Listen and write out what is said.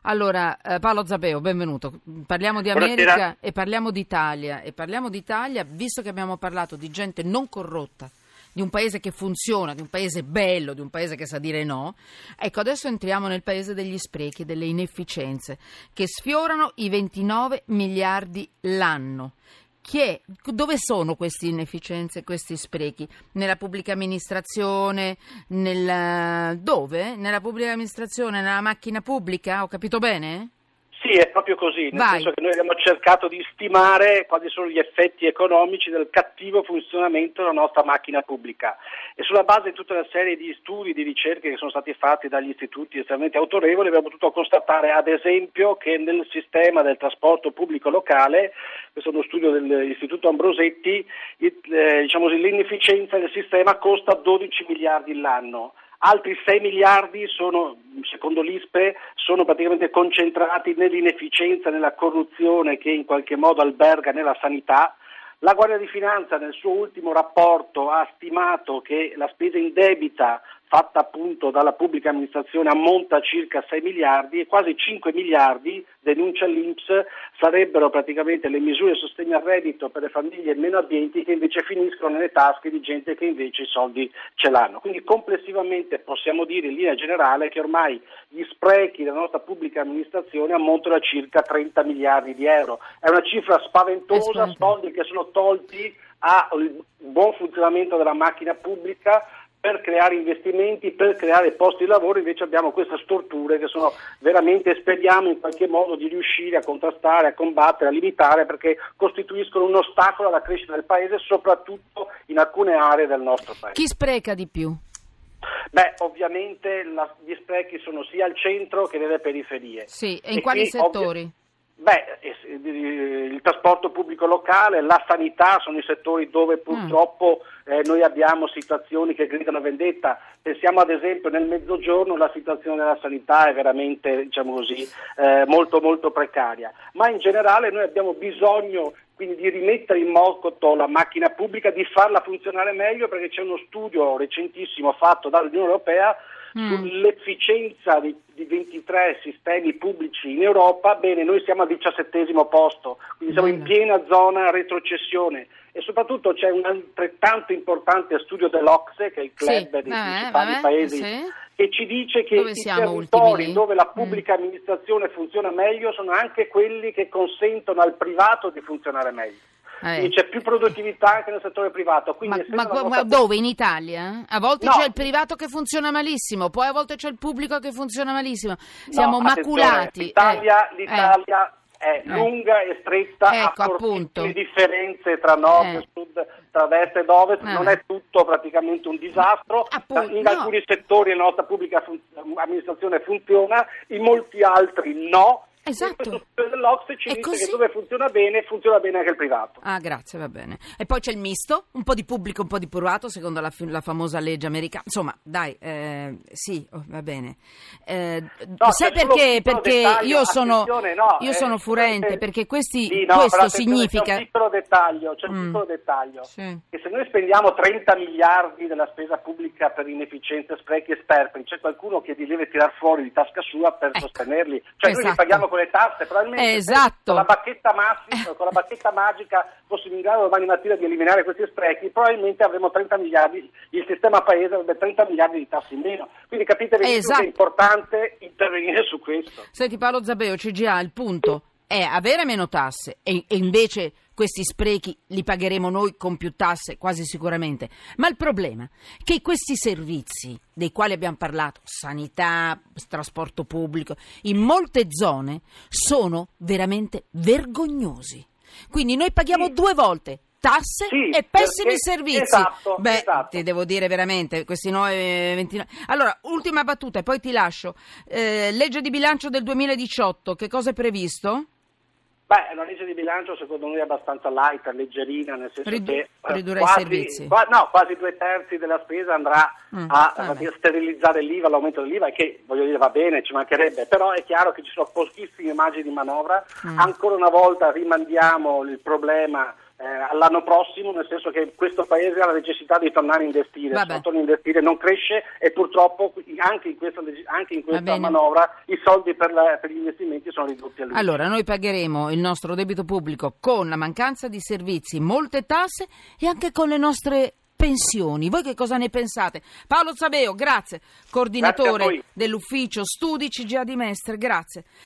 Allora, Paolo Zabeo, benvenuto. Parliamo di America. Buonasera. E parliamo d'Italia. E parliamo d'Italia, visto che abbiamo parlato di gente non corrotta, di un paese che funziona, di un paese bello, di un paese che sa dire no. Ecco, adesso entriamo nel paese degli sprechi, delle inefficienze, che sfiorano i 29 miliardi l'anno. Dove sono queste inefficienze, questi sprechi? Nella pubblica amministrazione? Dove? Nella pubblica amministrazione, nella macchina pubblica? Ho capito bene? Sì, è proprio così, nel Vai. senso che noi abbiamo cercato di stimare quali sono gli effetti economici del cattivo funzionamento della nostra macchina pubblica e sulla base di tutta una serie di studi, di ricerche che sono stati fatti dagli istituti estremamente autorevoli abbiamo potuto constatare ad esempio che nel sistema del trasporto pubblico locale, questo è uno studio dell'Istituto Ambrosetti, l'inefficienza del sistema costa 12 miliardi l'anno. Altri 6 miliardi sono, secondo l'ISPE, sono praticamente concentrati nell'inefficienza, nella corruzione che in qualche modo alberga nella sanità. La Guardia di Finanza nel suo ultimo rapporto ha stimato che la spesa indebita fatta appunto dalla pubblica amministrazione ammonta a circa 6 miliardi e quasi 5 miliardi, denuncia l'INPS, sarebbero praticamente le misure di sostegno al reddito per le famiglie meno abbienti che invece finiscono nelle tasche di gente che invece i soldi ce l'hanno. Quindi complessivamente possiamo dire in linea generale che ormai gli sprechi della nostra pubblica amministrazione ammontano a circa 30 miliardi di euro. È una cifra spaventosa, soldi che sono tolti al buon funzionamento della macchina pubblica per creare investimenti, per creare posti di lavoro. Invece abbiamo queste storture che sono veramente, speriamo in qualche modo di riuscire a contrastare, a combattere, a limitare, perché costituiscono un ostacolo alla crescita del paese, soprattutto in alcune aree del nostro paese. Chi spreca di più? Ovviamente gli sprechi sono sia al centro che nelle periferie. Sì, e in quali settori? Il trasporto pubblico locale, la sanità sono i settori dove purtroppo noi abbiamo situazioni che gridano vendetta. Pensiamo ad esempio nel Mezzogiorno, la situazione della sanità è veramente, molto molto precaria, ma in generale noi abbiamo bisogno quindi di rimettere in moto la macchina pubblica, di farla funzionare meglio, perché c'è uno studio recentissimo fatto dall'Unione Europea sull'efficienza di 23 sistemi pubblici in Europa. Bene, noi siamo al 17° posto, quindi siamo in piena zona retrocessione e soprattutto c'è un altrettanto importante studio dell'OCSE, che è il club dei principali paesi, che ci dice che i territori dove la pubblica amministrazione funziona meglio sono anche quelli che consentono al privato di funzionare meglio. Quindi c'è più produttività anche nel settore privato. Ma dove? In Italia? A volte c'è il privato che funziona malissimo, poi a volte c'è il pubblico che funziona malissimo. Siamo maculati. L'Italia è lunga e stretta, ha fortissime differenze tra nord e sud, tra est ed ovest, non è tutto praticamente un disastro. In alcuni settori la nostra pubblica amministrazione funziona, in molti altri no. Esatto. Questo studio dell'Ocse ci dice che dove funziona bene anche il privato. Ah, grazie, va bene. E poi c'è il misto, un po' di pubblico, un po' di privato, secondo la famosa legge americana. Insomma, dai, va bene. Sai perché? Perché io sono furente, perché questo significa... C'è un piccolo dettaglio, che se noi spendiamo 30 miliardi della spesa pubblica per inefficienze, sprechi e sperperi, c'è qualcuno che li deve tirar fuori di tasca sua per sostenerli. Noi li paghiamo con le tasse, probabilmente con la bacchetta magica fossimo in grado domani mattina di eliminare questi sprechi, probabilmente avremo 30 miliardi, il sistema paese avrebbe 30 miliardi di tasse in meno. Quindi capite benissimo che è importante intervenire su questo. Senti Paolo Zabeo, CGA, il punto è avere meno tasse e invece questi sprechi li pagheremo noi con più tasse quasi sicuramente, ma il problema è che questi servizi dei quali abbiamo parlato, sanità, trasporto pubblico, in molte zone sono veramente vergognosi, quindi noi paghiamo due volte tasse e pessimi servizi. Esatto. Ti devo dire veramente, questi 29. Allora, ultima battuta e poi ti lascio. Legge di bilancio del 2018, che cosa è previsto? Una legge di bilancio secondo noi è abbastanza light, leggerina, nel senso che ridurrà i servizi. Quasi 2/3 della spesa andrà a sterilizzare l'IVA, l'aumento dell'IVA, che voglio dire va bene, ci mancherebbe, però è chiaro che ci sono pochissime margini di manovra. Ancora una volta rimandiamo il problema all'anno prossimo, nel senso che questo paese ha la necessità di tornare a investire. Se non torna a investire non cresce e purtroppo anche in questa manovra i soldi per gli investimenti sono ridotti a lui. Allora, noi pagheremo il nostro debito pubblico con la mancanza di servizi, molte tasse e anche con le nostre pensioni. Voi che cosa ne pensate? Paolo Zabeo, grazie, coordinatore dell'ufficio studi CGA di Mestre, grazie.